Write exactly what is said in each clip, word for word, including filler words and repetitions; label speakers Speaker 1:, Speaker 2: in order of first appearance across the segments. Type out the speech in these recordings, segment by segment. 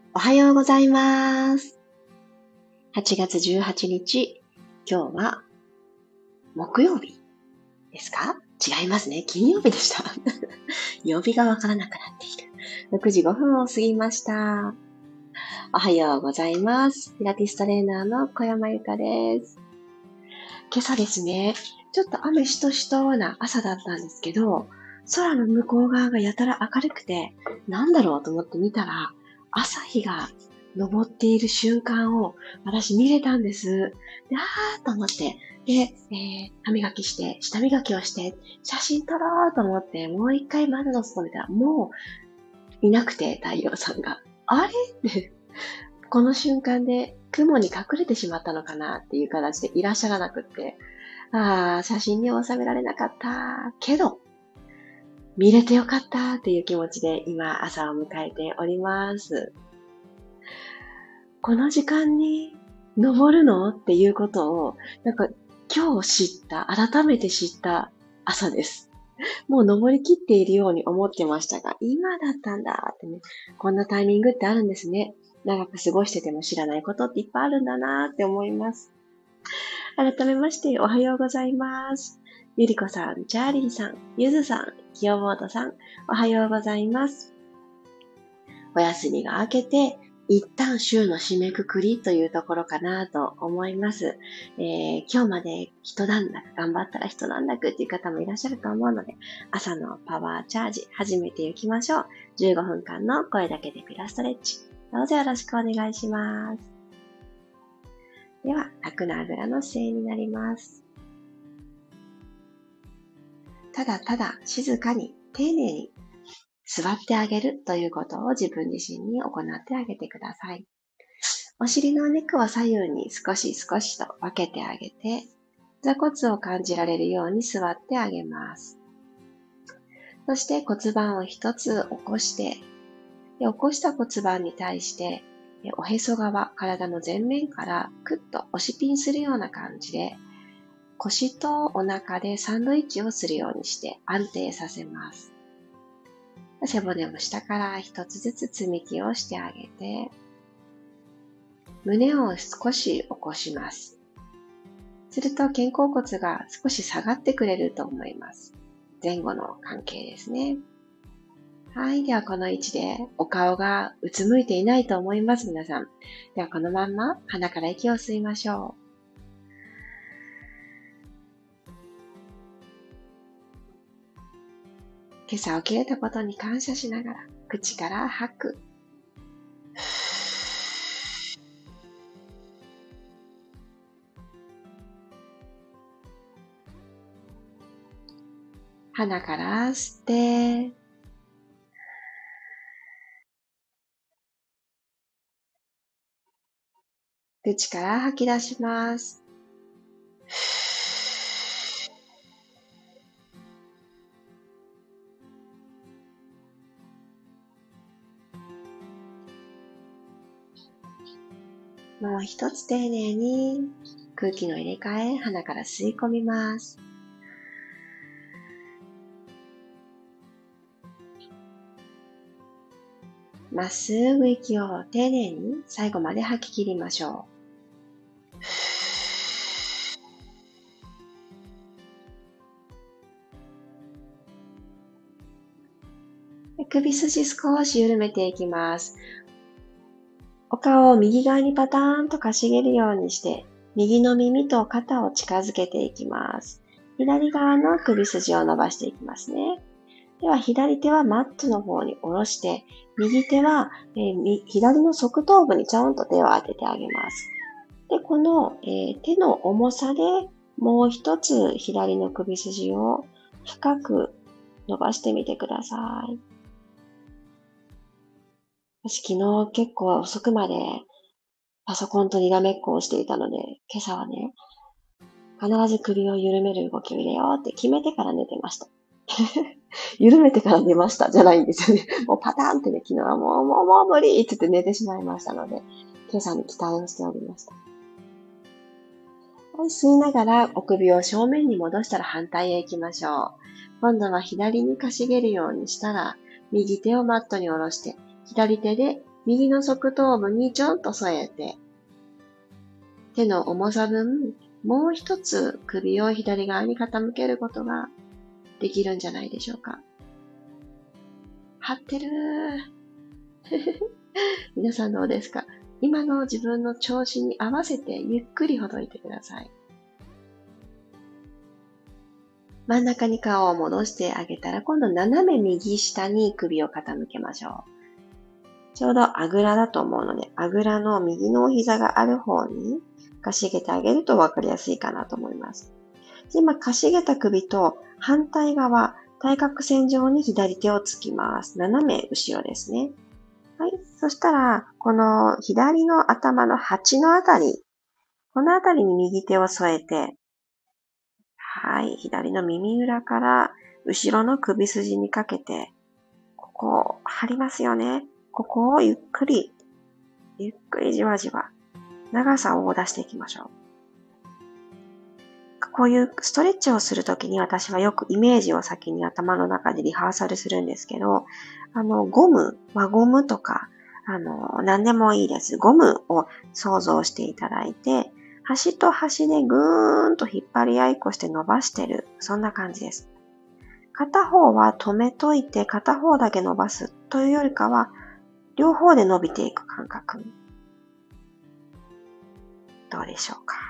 Speaker 1: おはようございます。はちがつじゅうはちにち、今日は木曜日ですか？違いますね。金曜日でした。曜日がわからなくなっている。ろくじごふんを過ぎました。おはようございます。ピラティストレーナーの小山由かです。今朝ですね、ちょっと雨しとしとな朝だったんですけど、空の向こう側がやたら明るくて、なんだろうと思って見たら、朝日が昇っている瞬間を私見れたんです。で、あーと思って、で、えー、歯磨きして、舌磨きをして、写真撮ろうと思って、もう一回窓の外見たら、もういなくて、太陽さんが。あれって、この瞬間で雲に隠れてしまったのかなっていう形でいらっしゃらなくって、ああ、写真に収められなかった。けど、見れてよかったっていう気持ちで今朝を迎えております。この時間に登るのっていうことを、なんか今日知った、改めて知った朝です。もう登り切っているように思ってましたが、今だったんだってね、こんなタイミングってあるんですね。長く過ごしてても知らないことっていっぱいあるんだなって思います。改めましておはようございます。ゆりこさん、チャーリーさん、ゆずさん、きよもーとさん、おはようございます。お休みが明けて、一旦週の締めくくりというところかなと思います。えー、今日まで一段落、頑張ったら一段落っていう方もいらっしゃると思うので、朝のパワーチャージ始めていきましょう。じゅうごふんかんの声だけでピラストレッチ。どうぞよろしくお願いします。では、楽なあぐらの姿勢になります。ただただ静かに丁寧に座ってあげるということを自分自身に行ってあげてください。お尻のお肉を左右に少し少しと分けてあげて、座骨を感じられるように座ってあげます。そして骨盤を一つ起こして、で起こした骨盤に対して、おへそ側、体の前面からクッと押しピンするような感じで、腰とお腹でサンドイッチをするようにして安定させます。背骨も下から一つずつ積み木をしてあげて、胸を少し起こします。すると肩甲骨が少し下がってくれると思います。前後の関係ですね。はい。ではこの位置でお顔がうつむいていないと思います、皆さん。ではこのまんま鼻から息を吸いましょう。今朝起きれたことに感謝しながら口から吐く。鼻から吸って、口から吐き出します。もう一つ丁寧に空気の入れ替え、鼻から吸い込みます。まっすぐ息を丁寧に最後まで吐き切りましょう。首筋少し緩めていきます。お顔を右側にパターンとかしげるようにして、右の耳と肩を近づけていきます。左側の首筋を伸ばしていきますね。では左手はマットの方に下ろして、右手は、えー、左の側頭部にちょんと手を当ててあげます。で、この、えー、手の重さでもう一つ左の首筋を深く伸ばしてみてください。私昨日結構遅くまでパソコンとにらめっこをしていたので、今朝はね、必ず首を緩める動きを入れようって決めてから寝てました。緩めてから寝ましたじゃないんですよね。もうパターンってね、昨日はもう、もう、もう無理って言って寝てしまいましたので、今朝に期待をしておりました。はい、吸いながらお首を正面に戻したら反対へ行きましょう。今度は左にかしげるようにしたら、右手をマットに下ろして、左手で右の側頭部にちょんと添えて、手の重さ分、もう一つ首を左側に傾けることができるんじゃないでしょうか。張ってるー。皆さんどうですか？今の自分の調子に合わせてゆっくりほどいてください。真ん中に顔を戻してあげたら、今度斜め右下に首を傾けましょう。ちょうどあぐらだと思うので、あぐらの右のお膝がある方にかしげてあげると分かりやすいかなと思います。今、かしげた首と反対側、対角線上に左手をつきます。斜め後ろですね。はい。そしたら、この左の頭の鉢のあたり、このあたりに右手を添えて、はい。左の耳裏から後ろの首筋にかけて、ここを張りますよね。ここをゆっくり、ゆっくりじわじわ、長さを出していきましょう。こういうストレッチをするときに私はよくイメージを先に頭の中でリハーサルするんですけど、あの、ゴム、輪ゴムとか、あの、何でもいいです。ゴムを想像していただいて、端と端でぐーんと引っ張り合いっこして伸ばしてる。そんな感じです。片方は止めといて片方だけ伸ばすというよりかは、両方で伸びていく感覚。どうでしょうか。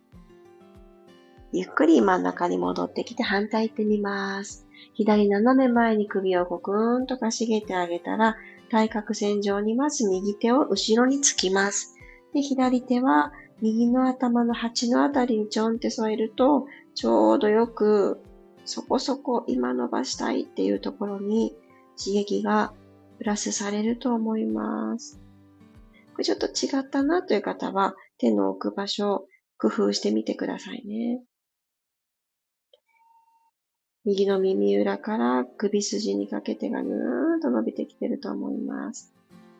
Speaker 1: ゆっくり真ん中に戻ってきて反対行ってみます。左斜め前に首をゴクーンとかしげてあげたら、対角線上にまず右手を後ろにつきます。で、左手は右の頭の鉢のあたりにちょんって添えると、ちょうどよくそこそこ今伸ばしたいっていうところに刺激がプラスされると思います。これちょっと違ったなという方は手の置く場所を工夫してみてくださいね。右の耳裏から首筋にかけてがぐーんと伸びてきてると思います。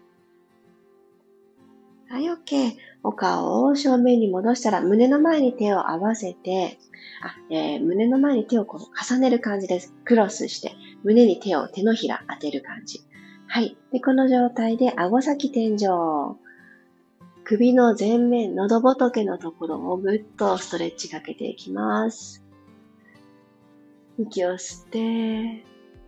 Speaker 1: はい、OK。お顔を正面に戻したら胸の前に手を合わせて、あえー、胸の前に手をこう重ねる感じです。クロスして、胸に手を手のひら当てる感じ。はい。で、この状態で顎先天井、首の前面、喉仏のところをぐっとストレッチかけていきます。息を吸って、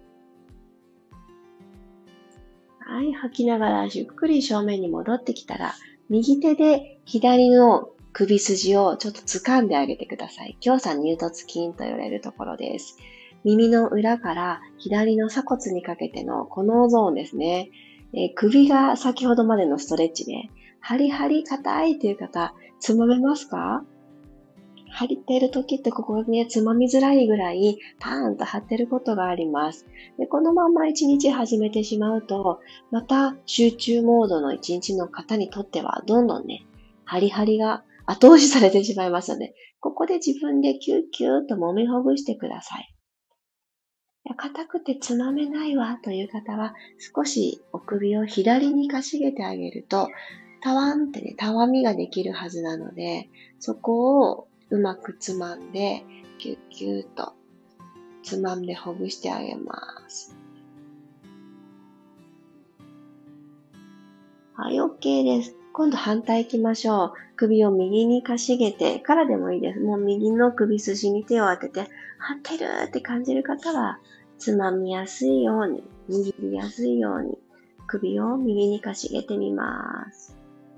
Speaker 1: はい、吐きながらゆっくり正面に戻ってきたら、右手で左の首筋をちょっと掴んであげてください。胸鎖乳突筋と言われるところです。耳の裏から左の鎖骨にかけてのこのゾーンですね。えー、首が先ほどまでのストレッチで、ハリハリ硬いという方、つまめますか？張っている時ってここがね、つまみづらいぐらいパーンと張ってることがあります。で、このまま一日始めてしまうと、また集中モードの一日の方にとってはどんどんね、ハリハリが後押しされてしまいますので、ここで自分でキューキューと揉みほぐしてください。硬くてつまめないわという方は、少しお首を左にかしげてあげると、たわんってね、たわみができるはずなので、そこをうまくつまんで、キュッキュッとつまんでほぐしてあげます。はい、OK です。今度反対行きましょう。首を右にかしげてからでもいいです。もう右の首筋に手を当てて、張ってるって感じる方は、つまみやすいように、握りやすいように、首を右にかしげてみます。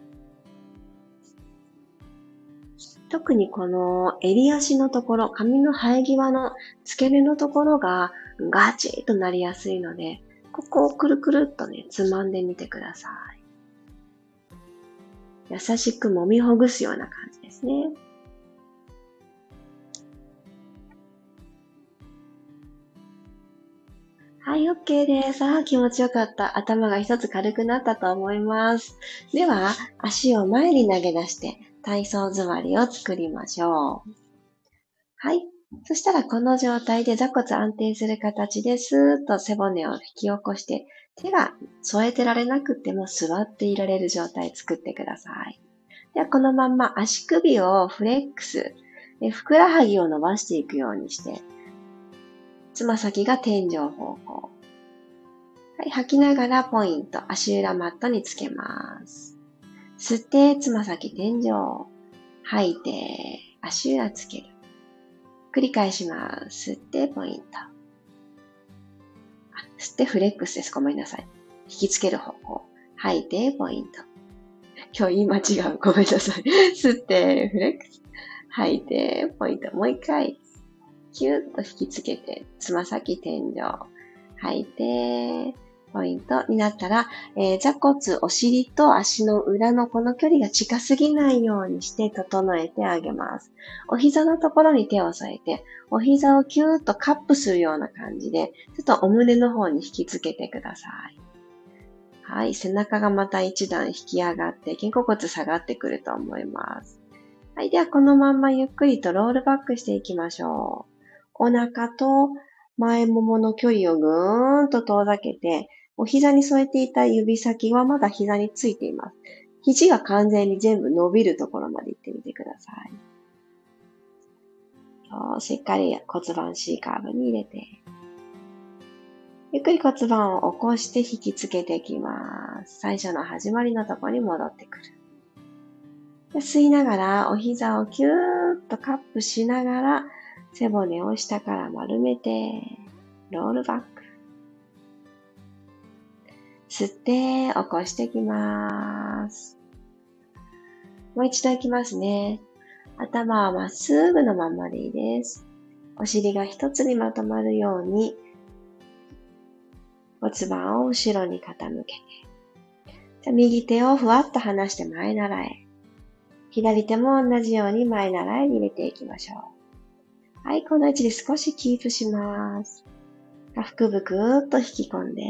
Speaker 1: 特にこの襟足のところ、髪の生え際の付け根のところがガチッとなりやすいので、ここをくるくるっとね、つまんでみてください。優しく揉みほぐすような感じですね。はい、OK です。あー、気持ちよかった。頭が一つ軽くなったと思います。では、足を前に投げ出して、体操座りを作りましょう。はい。そしたらこの状態で座骨安定する形でスーッと背骨を引き起こして、手が添えてられなくても座っていられる状態作ってください。ではこのまんま足首をフレックス、ふくらはぎを伸ばしていくようにして、つま先が天井方向。ははい、吐きながらポイント、足裏マットにつけます。吸って、つま先天井。吐いて、足裏つける。繰り返します。吸って、ポイント。吸ってフレックスです。ごめんなさい。引きつける方向。吐いて、ポイント。今日言い間違う。ごめんなさい。吸って、フレックス。吐いて、ポイント。もう一回。キュッと引きつけて、つま先天井。吐いて、ポイントになったら、えー、座骨、お尻と足の裏のこの距離が近すぎないようにして整えてあげます。お膝のところに手を添えて、お膝をキューッとカップするような感じで、ちょっとお胸の方に引きつけてください。はい、背中がまた一段引き上がって、肩甲骨下がってくると思います。はい、ではこのまんまゆっくりとロールバックしていきましょう。お腹と前ももの距離をぐーんと遠ざけて、お膝に添えていた指先はまだ膝についています。肘が完全に全部伸びるところまで行ってみてください。そう、しっかり骨盤 C カーブに入れて。ゆっくり骨盤を起こして引きつけていきます。最初の始まりのところに戻ってくる。で吸いながらお膝をキューッとカップしながら背骨を下から丸めてロールバック。吸って起こしていきます。もう一度いきますね。頭はまっすぐのままでいいです。お尻が一つにまとまるように骨盤を後ろに傾けて。じゃ右手をふわっと離して前習え。左手も同じように前習えに入れていきましょう。はい、この位置で少しキープします。腹部ぐーっと引き込んで。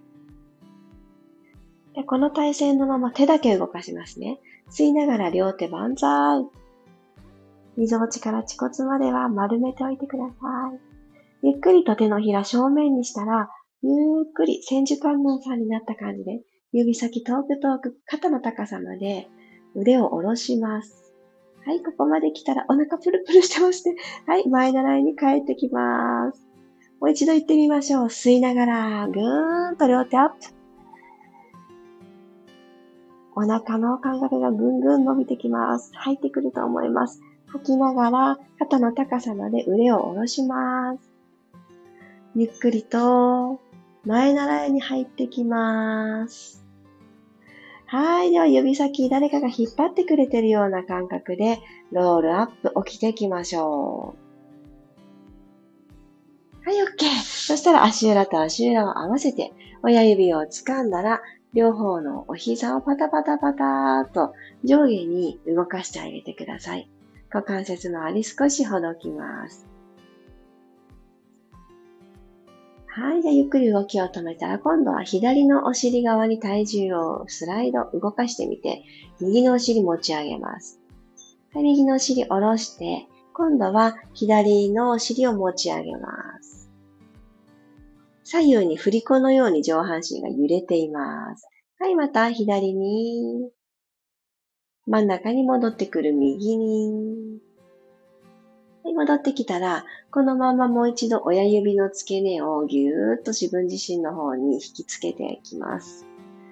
Speaker 1: でこの体勢のまま手だけ動かしますね。吸いながら両手万歳。溝落ちから恥骨までは丸めておいてください。ゆっくりと手のひら正面にしたら、ゆっくり千手観音さんになった感じで、指先遠く遠く肩の高さまで腕を下ろします。はい、ここまで来たらお腹プルプルしてますね。はい、前習いに帰ってきます。もう一度行ってみましょう。吸いながら、ぐーんと両手アップ。お腹の感覚がぐんぐん伸びてきます。入ってくると思います。吐きながら、肩の高さまで腕を下ろします。ゆっくりと、前習いに入ってきます。はい。では指先、誰かが引っ張ってくれてるような感覚で、ロールアップ、起きていきましょう。はい、OK。そしたら足裏と足裏を合わせて、親指を掴んだら、両方のお膝をパタパタパターっと上下に動かしてあげてください。股関節周り少しほどきます。はい。じゃあゆっくり動きを止めたら、今度は左のお尻側に体重をスライド、動かしてみて、右のお尻持ち上げます。はい、右のお尻下ろして、今度は左のお尻を持ち上げます。左右に振り子のように上半身が揺れています。はい、また左に、真ん中に戻ってくる右に、はい、戻ってきたら、このままもう一度親指の付け根をぎゅーっと自分自身の方に引きつけていきます。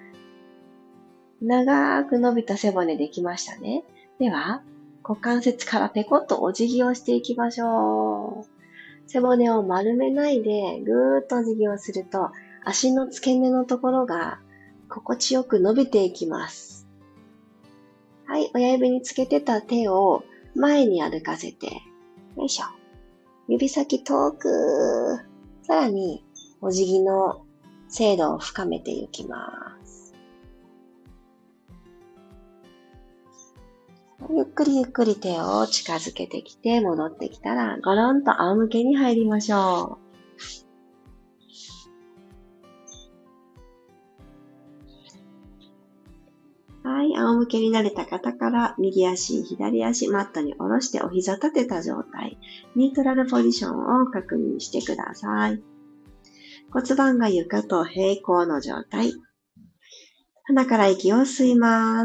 Speaker 1: 長く伸びた背骨できましたね。では、股関節からペコッとお辞儀をしていきましょう。背骨を丸めないでぐーっとお辞儀をすると、足の付け根のところが心地よく伸びていきます。はい、親指につけてた手を前に歩かせて、よいしょ。指先遠く、さらにお辞儀の精度を深めていきます。ゆっくりゆっくり手を近づけてきて戻ってきたら、ゴロンと仰向けに入りましょう。はい、仰向けになれた方から右足、左足、マットに下ろしてお膝立てた状態、ニュートラルポジションを確認してください。骨盤が床と平行の状態。鼻から息を吸います。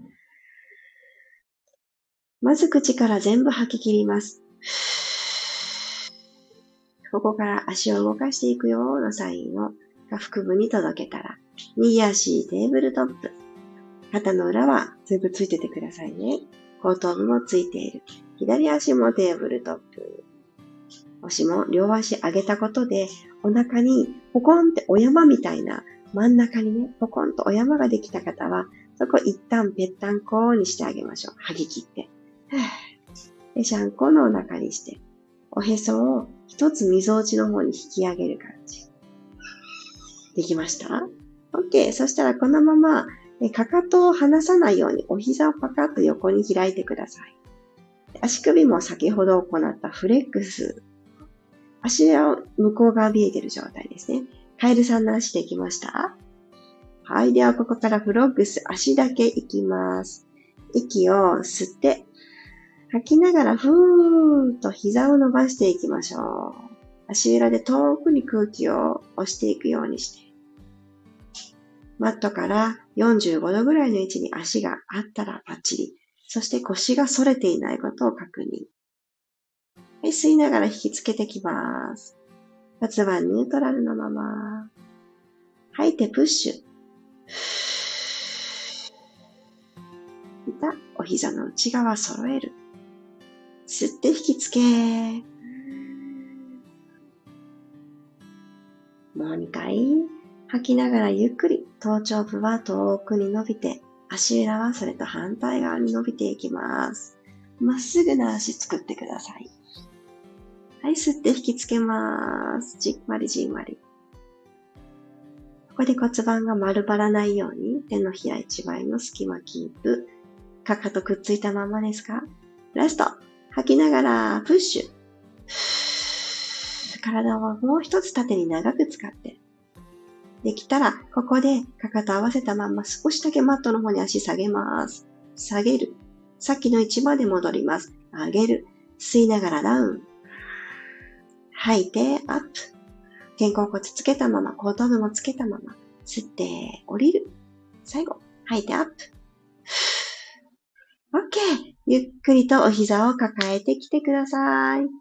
Speaker 1: まず口から全部吐き切ります。ここから足を動かしていくよのサインを下腹部に届けたら、右足テーブルトップ。肩の裏は全部ついててくださいね。後頭部もついている。左足もテーブルトップ。おしも両足上げたことで、お腹にポコンってお山みたいな、真ん中にね、ポコンとお山ができた方は、そこ一旦ぺったんこにしてあげましょう。吐き切って。で、シャンコのお腹にして、おへそを一つ溝落ちの方に引き上げる感じ。できました？ OK。そしたらこのまま、かかとを離さないようにお膝をパカッと横に開いてください。足首も先ほど行ったフレックス。足は向こう側見えてる状態ですね。カエルさんの足できました？はい。ではここからフロッグス、足だけいきます。息を吸って、吐きながらふーんと膝を伸ばしていきましょう。足裏で遠くに空気を押していくようにして。マットからよんじゅうごどぐらいの位置に足があったらバッチリ。そして腰が反れていないことを確認。はい、吸いながら引きつけてきます。骨盤ニュートラルのまま。吐いてプッシュ。また、お膝の内側揃える。吸って引きつけ。もうにかい。吐きながらゆっくり頭頂部は遠くに伸びて、足裏はそれと反対側に伸びていきます。まっすぐな足作ってください。はい、吸って引きつけます。じんわりじんわり。ここで骨盤が丸ばらないように手のひら一枚の隙間キープ。かかとくっついたままですか？ラスト。吐きながらプッシュ。体をもう一つ縦に長く使って。できたら、ここでかかと合わせたまま少しだけマットの方に足下げます。下げる。さっきの位置まで戻ります。上げる。吸いながらダウン。吐いてアップ。肩甲骨つけたまま、後頭部もつけたまま。吸って降りる。最後。吐いてアップ。OK。ゆっくりとお膝を抱えてきてください。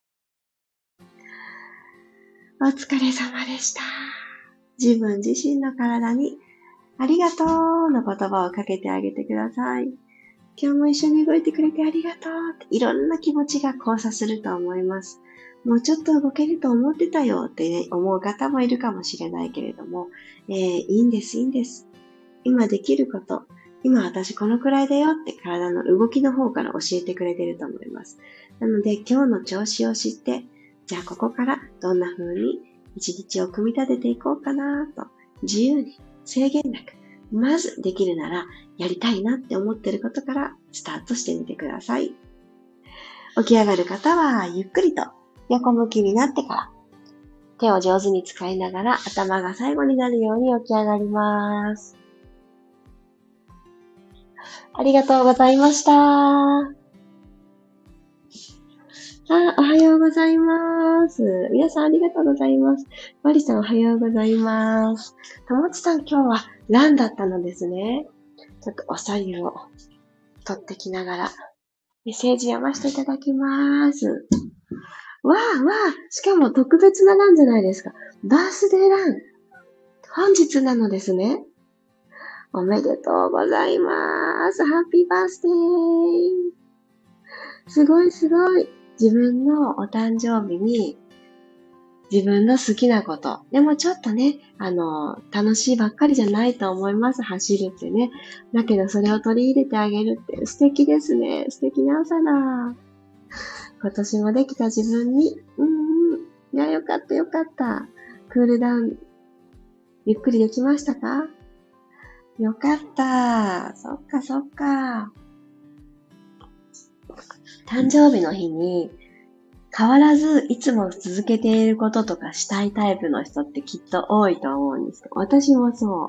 Speaker 1: お疲れ様でした。自分自身の体にありがとうの言葉をかけてあげてください。今日も一緒に動いてくれてありがとうっていろんな気持ちが交差すると思います。もうちょっと動けると思ってたよって、ね、思う方もいるかもしれないけれども、えー、いいんです、いいんです。今できること、今私このくらいだよって体の動きの方から教えてくれてると思います。なので今日の調子を知って、じゃあここからどんな風に一日を組み立てていこうかなと、自由に制限なく、まずできるならやりたいなって思ってることからスタートしてみてください。起き上がる方はゆっくりと横向きになってから手を上手に使いながら頭が最後になるように起き上がります。ありがとうございました。あ、おはようございます。皆さんありがとうございます。マリさんおはようございます。ともちさん今日はランだったのですね。ちょっとお白湯を取ってきながらメッセージ読ませていただきます。わあわあ、しかも特別なランじゃないですか。バースデーラン。本日なのですね。おめでとうございます。ハッピーバースデー。すごいすごい。自分のお誕生日に自分の好きなこと。でもちょっとね、あの、楽しいばっかりじゃないと思います。走るってね。だけどそれを取り入れてあげるって素敵ですね。素敵な朝だ。今年もできた自分に、うんうん。いや、よかったよかった。クールダウン、ゆっくりできましたか？よかった。そっかそっか。誕生日の日に変わらずいつも続けていることとかしたいタイプの人ってきっと多いと思うんですけど、私もそう。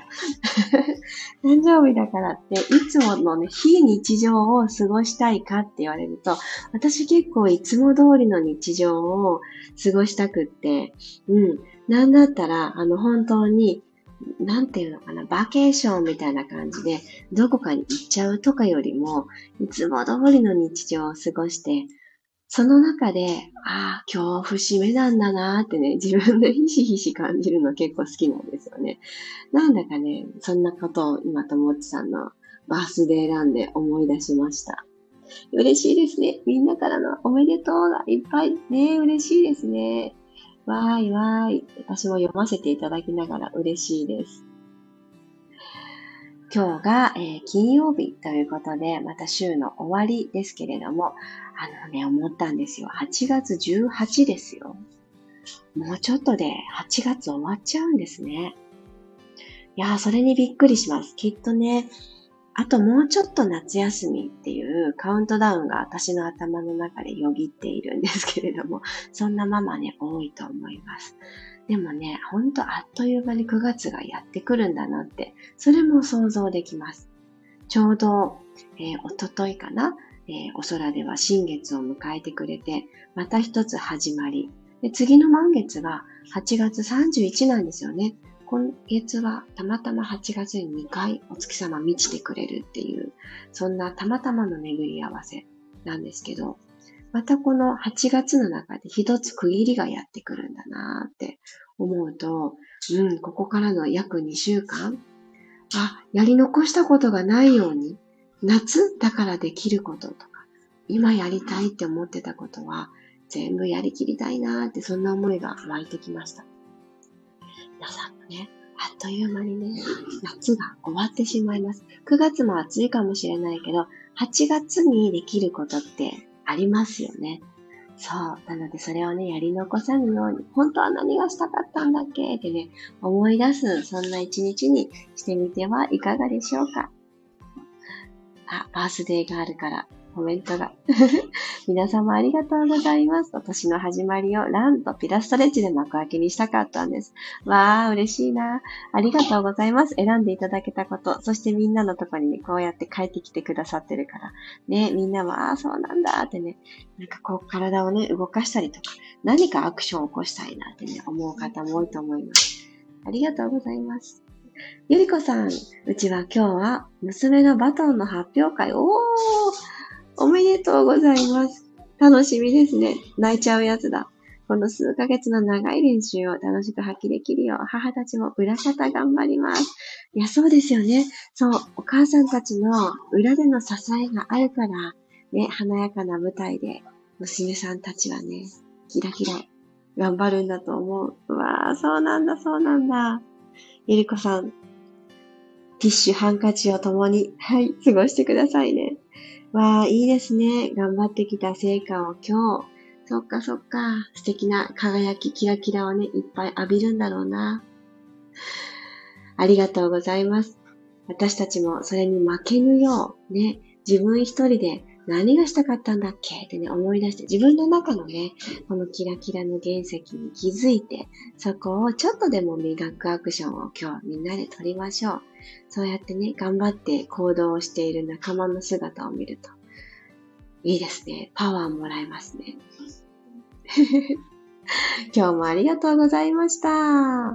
Speaker 1: 誕生日だからっていつものね、非日常を過ごしたいかって言われると、私結構いつも通りの日常を過ごしたくって、うん。なんだったら、あの本当になんていうのかな、バケーションみたいな感じで、どこかに行っちゃうとかよりも、いつも通りの日常を過ごして、 その中で、ああ、今日節目なんだなーってね、自分でひしひし感じるの結構好きなんですよね。なんだかね、そんなことを今ともっちさんのバースデーランで思い出しました。嬉しいですね。みんなからのおめでとうがいっぱいね、嬉しいですね。わーいわーい。私も読ませていただきながら嬉しいです。今日が、えー、金曜日ということで、また週の終わりですけれども、あのね、思ったんですよ。はちがつじゅうはちですよ。もうちょっとではちがつ終わっちゃうんですね。いやー、それにびっくりします。きっとね、あともうちょっと夏休みっていうカウントダウンが私の頭の中でよぎっているんですけれども、そんなママね、多いと思います。でもね、ほんとあっという間にくがつがやってくるんだなって、それも想像できます。ちょうど、えー、おとといかな、えー、お空では新月を迎えてくれて、また一つ始まり。で、次の満月がはちがつさんじゅういちなんですよね。今月はたまたまはちがつににかいお月様満ちてくれるっていう、そんなたまたまの巡り合わせなんですけど、またこのはちがつの中で一つ区切りがやってくるんだなーって思うと、うん、ここからの約にしゅうかん、あ、やり残したことがないように、夏だからできることとか、今やりたいって思ってたことは、全部やりきりたいなーって、そんな思いが湧いてきました。皆さんもね、あっという間にね、夏が終わってしまいます。くがつも暑いかもしれないけど、はちがつにできることってありますよね。そう。なのでそれをね、やり残さぬように、本当は何がしたかったんだっけってね、思い出す、そんな一日にしてみてはいかがでしょうか。あ、バースデーがあるからコメントが。皆様ありがとうございます。今年の始まりをランとピラストレッチで幕開けにしたかったんです。わー、嬉しいな。ありがとうございます。選んでいただけたこと、そしてみんなのところにね、こうやって帰ってきてくださってるから、ね、みんなは、あー、そうなんだってね、なんかこう体をね、動かしたりとか、何かアクションを起こしたいなってね、思う方も多いと思います。ありがとうございます。ゆりこさん、うちは今日は娘のバトンの発表会。おー、おめでとうございます。楽しみですね。泣いちゃうやつだ。この数ヶ月の長い練習を楽しく発揮できるよう、母たちも裏方頑張ります。いや、そうですよね。そう、お母さんたちの裏での支えがあるから、ね、華やかな舞台で、娘さんたちはね、キラキラ頑張るんだと思う。うわー、そうなんだ、そうなんだ。ゆりこさん、ティッシュ、ハンカチを共に、はい、過ごしてくださいね。わあ、いいですね。頑張ってきた成果を今日。そっかそっか。素敵な輝き、キラキラをね、いっぱい浴びるんだろうな。ありがとうございます。私たちもそれに負けぬよう、ね、自分一人で何がしたかったんだっけってね、思い出して、自分の中のね、このキラキラの原石に気づいて、そこをちょっとでも磨くアクションを今日みんなで取りましょう。そうやってね、頑張って行動をしている仲間の姿を見ると、いいですね。パワーもらえますね。今日もありがとうございました。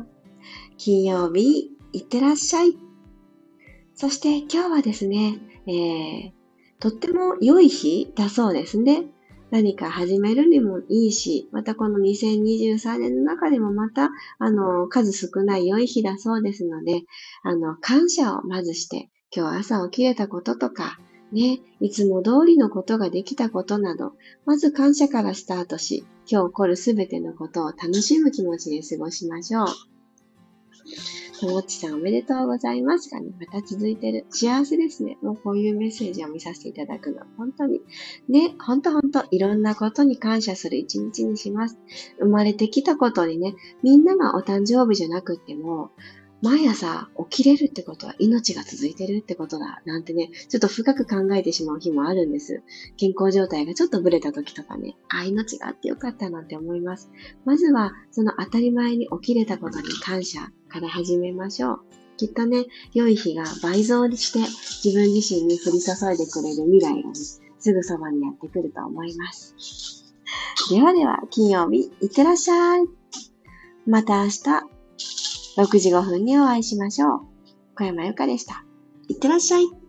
Speaker 1: 金曜日、いってらっしゃい。そして今日はですね、えー、とっても良い日だそうですね。何か始めるにもいいし、またこのにせんにじゅうさんねんの中でもまた、あの、数少ない良い日だそうですので、あの、感謝をまずして、今日朝起きれたこととか、ね、いつも通りのことができたことなど、まず感謝からスタートし、今日起こるすべてのことを楽しむ気持ちで過ごしましょう。ともっちさんおめでとうございますがね、また続いてる。幸せですね。もうこういうメッセージを見させていただくのは本当に、ね、本当本当いろんなことに感謝する一日にします。生まれてきたことにね、みんながお誕生日じゃなくっても、毎朝起きれるってことは命が続いてるってことだなんてね、ちょっと深く考えてしまう日もあるんです。健康状態がちょっとブレた時とかね、あ、命があってよかったなんて思います。まずはその当たり前に起きれたことに感謝から始めましょう。きっとね、良い日が倍増して自分自身に降り注いでくれる未来がね、すぐそばにやってくると思います。ではでは、金曜日、いってらっしゃい。また明日、ろくじごふんにお会いしましょう。小山由かでした。いってらっしゃい。